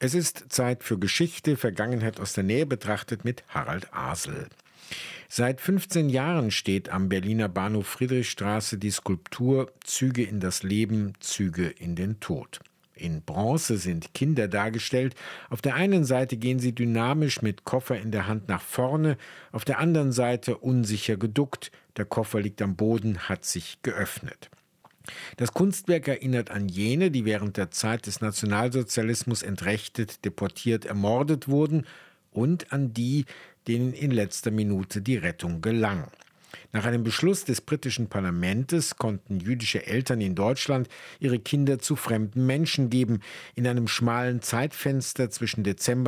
Es ist Zeit für Geschichte, Vergangenheit aus der Nähe betrachtet mit Harald Asel. Seit 15 Jahren steht am Berliner Bahnhof Friedrichstraße die Skulptur »Züge in das Leben, Züge in den Tod«. In Bronze sind Kinder dargestellt. Auf der einen Seite gehen sie dynamisch mit Koffer in der Hand nach vorne, auf der anderen Seite unsicher geduckt. Der Koffer liegt am Boden, hat sich geöffnet. Das Kunstwerk erinnert an jene, die während der Zeit des Nationalsozialismus entrechtet, deportiert, ermordet wurden, und an die, denen in letzter Minute die Rettung gelang. Nach einem Beschluss des britischen Parlaments konnten jüdische Eltern in Deutschland ihre Kinder zu fremden Menschen geben, in einem schmalen Zeitfenster zwischen Dezember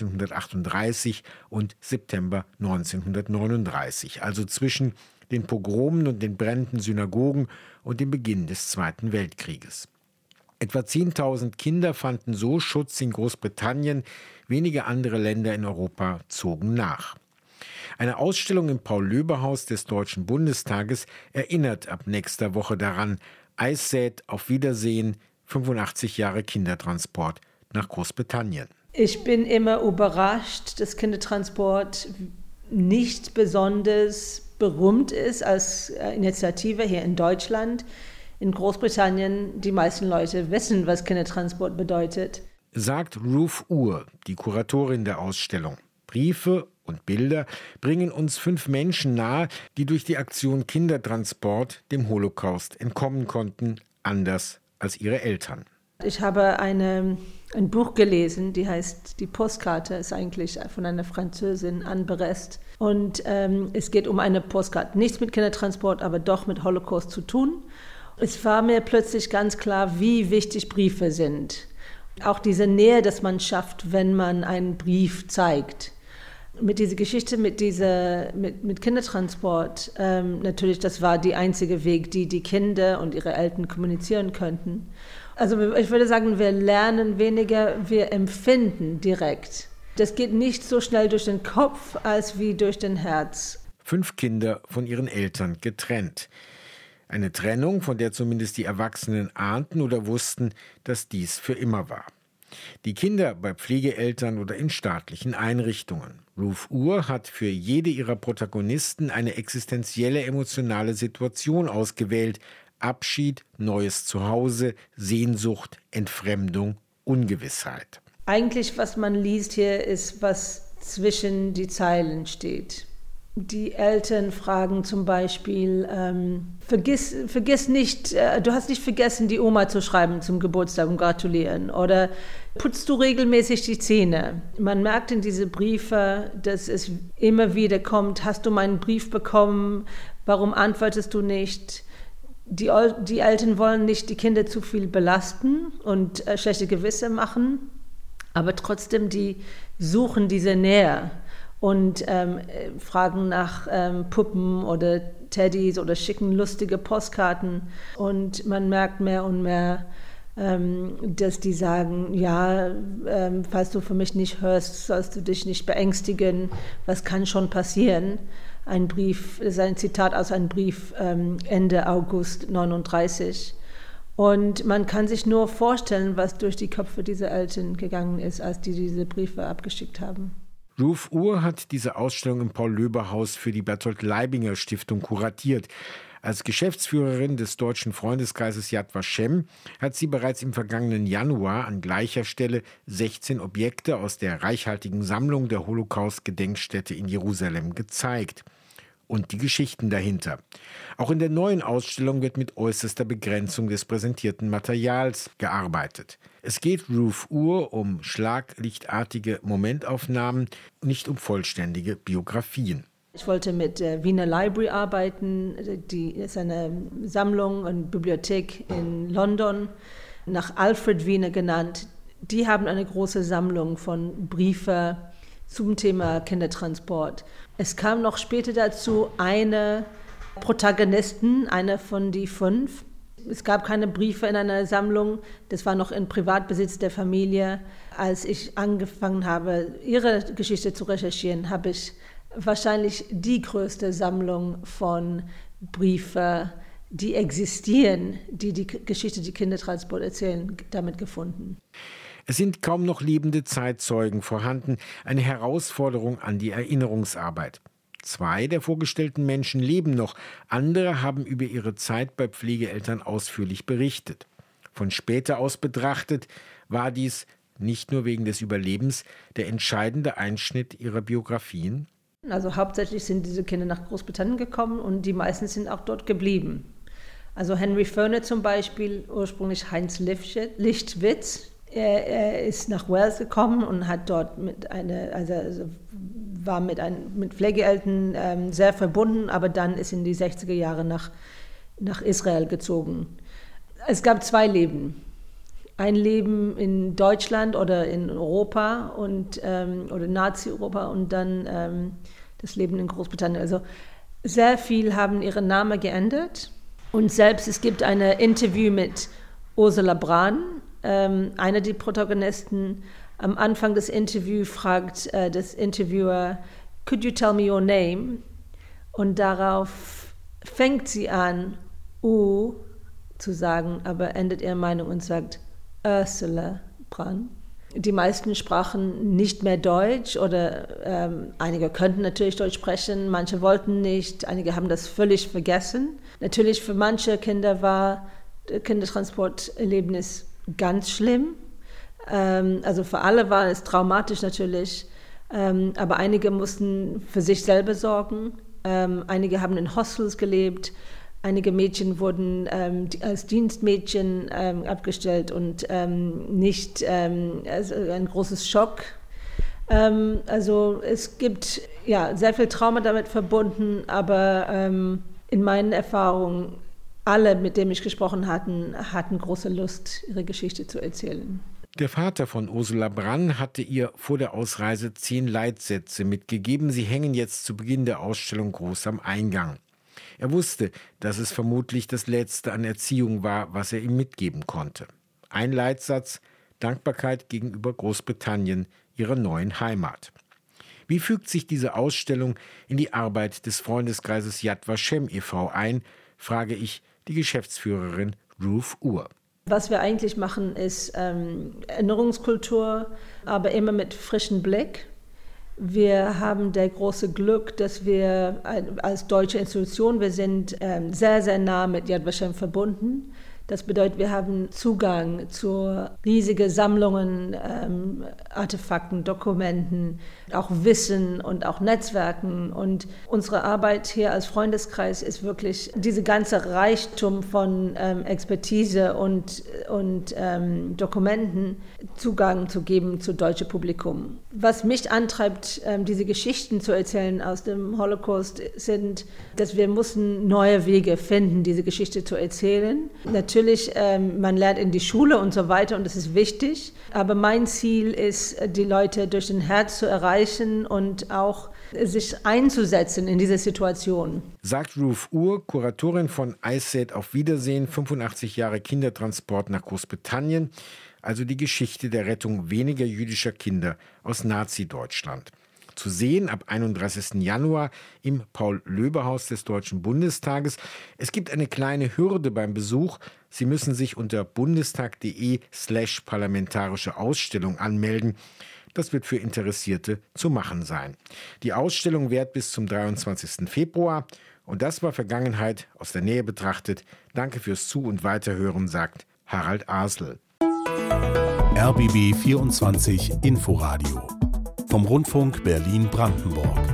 1938 und September 1939, also zwischen den Pogromen und den brennenden Synagogen und dem Beginn des Zweiten Weltkrieges. Etwa 10.000 Kinder fanden so Schutz in Großbritannien, wenige andere Länder in Europa zogen nach. Eine Ausstellung im Paul-Löbe-Haus des Deutschen Bundestages erinnert ab nächster Woche daran. Eis sät, auf Wiedersehen, 85 Jahre Kindertransport nach Großbritannien. Ich bin immer überrascht, dass Kindertransport nicht besonders berühmt ist als Initiative hier in Deutschland. In Großbritannien, die meisten Leute wissen, was Kindertransport bedeutet. Sagt Ruth Uhr, die Kuratorin der Ausstellung. Briefe und Bilder bringen uns 5 Menschen nahe, die durch die Aktion Kindertransport dem Holocaust entkommen konnten, anders als ihre Eltern. Ich habe ein Buch gelesen, die heißt Die Postkarte, ist eigentlich von einer Französin, Anne Berest. Und es geht um eine Postkarte, nichts mit Kindertransport, aber doch mit Holocaust zu tun. Es war mir plötzlich ganz klar, wie wichtig Briefe sind. Auch diese Nähe, dass man schafft, wenn man einen Brief zeigt. Mit dieser Geschichte, mit Kindertransport, natürlich, das war der einzige Weg, die Kinder und ihre Eltern kommunizieren könnten. Also ich würde sagen, wir lernen weniger, wir empfinden direkt. Das geht nicht so schnell durch den Kopf, als wie durch den Herz. 5 Kinder von ihren Eltern getrennt. Eine Trennung, von der zumindest die Erwachsenen ahnten oder wussten, dass dies für immer war. Die Kinder bei Pflegeeltern oder in staatlichen Einrichtungen. Ruth Uhr hat für jede ihrer Protagonisten eine existenzielle emotionale Situation ausgewählt. Abschied, neues Zuhause, Sehnsucht, Entfremdung, Ungewissheit. Eigentlich, was man liest hier, ist, was zwischen die Zeilen steht. Die Eltern fragen zum Beispiel, vergiss nicht, du hast nicht vergessen, die Oma zu schreiben zum Geburtstag und gratulieren. Oder putzt du regelmäßig die Zähne? Man merkt in diese Briefe, dass es immer wieder kommt, hast du meinen Brief bekommen? Warum antwortest du nicht? Die Eltern wollen nicht die Kinder zu viel belasten und schlechte Gewissen machen, aber trotzdem, die suchen diese Nähe. Und fragen nach Puppen oder Teddys oder schicken lustige Postkarten. Und man merkt mehr und mehr, dass die sagen, ja, falls du für mich nicht hörst, sollst du dich nicht beängstigen, was kann schon passieren. Ein Brief, das ist ein Zitat aus einem Brief Ende August 1939. Und man kann sich nur vorstellen, was durch die Köpfe dieser Eltern gegangen ist, als die diese Briefe abgeschickt haben. Ruth Uhr hat diese Ausstellung im Paul-Löbe-Haus für die Bertolt-Leibinger-Stiftung kuratiert. Als Geschäftsführerin des Deutschen Freundeskreises Yad Vashem hat sie bereits im vergangenen Januar an gleicher Stelle 16 Objekte aus der reichhaltigen Sammlung der Holocaust-Gedenkstätte in Jerusalem gezeigt. Und die Geschichten dahinter. Auch in der neuen Ausstellung wird mit äußerster Begrenzung des präsentierten Materials gearbeitet. Es geht Ruth Uhr um schlaglichtartige Momentaufnahmen, nicht um vollständige Biografien. Ich wollte mit der Wiener Library arbeiten, die ist eine Sammlung, eine Bibliothek in London, nach Alfred Wiener genannt. Die haben eine große Sammlung von Briefen zum Thema Kindertransport. Es kam noch später dazu eine Protagonistin, eine von die 5. Es gab keine Briefe in einer Sammlung, das war noch in Privatbesitz der Familie. Als ich angefangen habe, ihre Geschichte zu recherchieren, habe ich wahrscheinlich die größte Sammlung von Briefen, die existieren, die Geschichte, die Kindertransport erzählen, damit gefunden. Es sind kaum noch lebende Zeitzeugen vorhanden, eine Herausforderung an die Erinnerungsarbeit. 2 der vorgestellten Menschen leben noch, andere haben über ihre Zeit bei Pflegeeltern ausführlich berichtet. Von später aus betrachtet war dies nicht nur wegen des Überlebens der entscheidende Einschnitt ihrer Biografien. Also hauptsächlich sind diese Kinder nach Großbritannien gekommen und die meisten sind auch dort geblieben. Also Henry Furner zum Beispiel, ursprünglich Heinz Lichtwitz. Er ist nach Wales gekommen und hat dort war mit Pflegeeltern sehr verbunden, aber dann ist in die 60er Jahre nach Israel gezogen. Es gab 2 Leben. Ein Leben in Deutschland oder in Europa oder Nazi-Europa und dann das Leben in Großbritannien. Also sehr viel haben ihre Namen geändert. Und selbst es gibt ein Interview mit Ursula Brahn, einer der Protagonisten. Am Anfang des Interviews fragt das Interviewer, "Could you tell me your name?" Und darauf fängt sie an, zu sagen, aber endet ihre Meinung und sagt, Ursula Brahn. Die meisten sprachen nicht mehr Deutsch oder einige könnten natürlich Deutsch sprechen, manche wollten nicht, einige haben das völlig vergessen. Natürlich für manche Kinder war das Kindertransporterlebnis ganz schlimm. Also für alle war es traumatisch natürlich, aber einige mussten für sich selber sorgen. Einige haben in Hostels gelebt. Einige Mädchen wurden als Dienstmädchen abgestellt und also ein großes Schock. Also es gibt sehr viel Trauma damit verbunden, aber in meinen Erfahrungen, alle, mit denen ich gesprochen hatten große Lust, ihre Geschichte zu erzählen. Der Vater von Ursula Brahn hatte ihr vor der Ausreise 10 Leitsätze mitgegeben. Sie hängen jetzt zu Beginn der Ausstellung groß am Eingang. Er wusste, dass es vermutlich das Letzte an Erziehung war, was er ihm mitgeben konnte. Ein Leitsatz: Dankbarkeit gegenüber Großbritannien, ihrer neuen Heimat. Wie fügt sich diese Ausstellung in die Arbeit des Freundeskreises Yad Vashem e.V. ein, frage ich die Geschäftsführerin Ruth Uhr. Was wir eigentlich machen, ist Erinnerungskultur, aber immer mit frischem Blick. Wir haben das große Glück, dass wir als deutsche Institution, wir sind sehr, sehr nah mit Yad Vashem verbunden. Das bedeutet, wir haben Zugang zu riesigen Sammlungen, Artefakten, Dokumenten, auch Wissen und auch Netzwerken. Und unsere Arbeit hier als Freundeskreis ist wirklich diese ganze Reichtum von Expertise und Dokumenten Zugang zu geben zu deutschen Publikum. Was mich antreibt, diese Geschichten zu erzählen aus dem Holocaust, sind, dass wir mussten neue Wege finden, diese Geschichte zu erzählen. Natürlich, man lernt in die Schule und so weiter und das ist wichtig. Aber mein Ziel ist, die Leute durch den Herz zu erreichen und auch sich einzusetzen in dieser Situation. Sagt Ruth Uhr, Kuratorin von ISAID Auf Wiedersehen, 85 Jahre Kindertransport nach Großbritannien, also die Geschichte der Rettung weniger jüdischer Kinder aus Nazi-Deutschland. Zu sehen ab 31. Januar im Paul-Löbe-Haus des Deutschen Bundestages. Es gibt eine kleine Hürde beim Besuch. Sie müssen sich unter bundestag.de/parlamentarische Ausstellung anmelden. Das wird für Interessierte zu machen sein. Die Ausstellung währt bis zum 23. Februar. Und das war Vergangenheit aus der Nähe betrachtet. Danke fürs Zu- und Weiterhören, sagt Harald Asel. RBB 24 Inforadio vom Rundfunk Berlin-Brandenburg.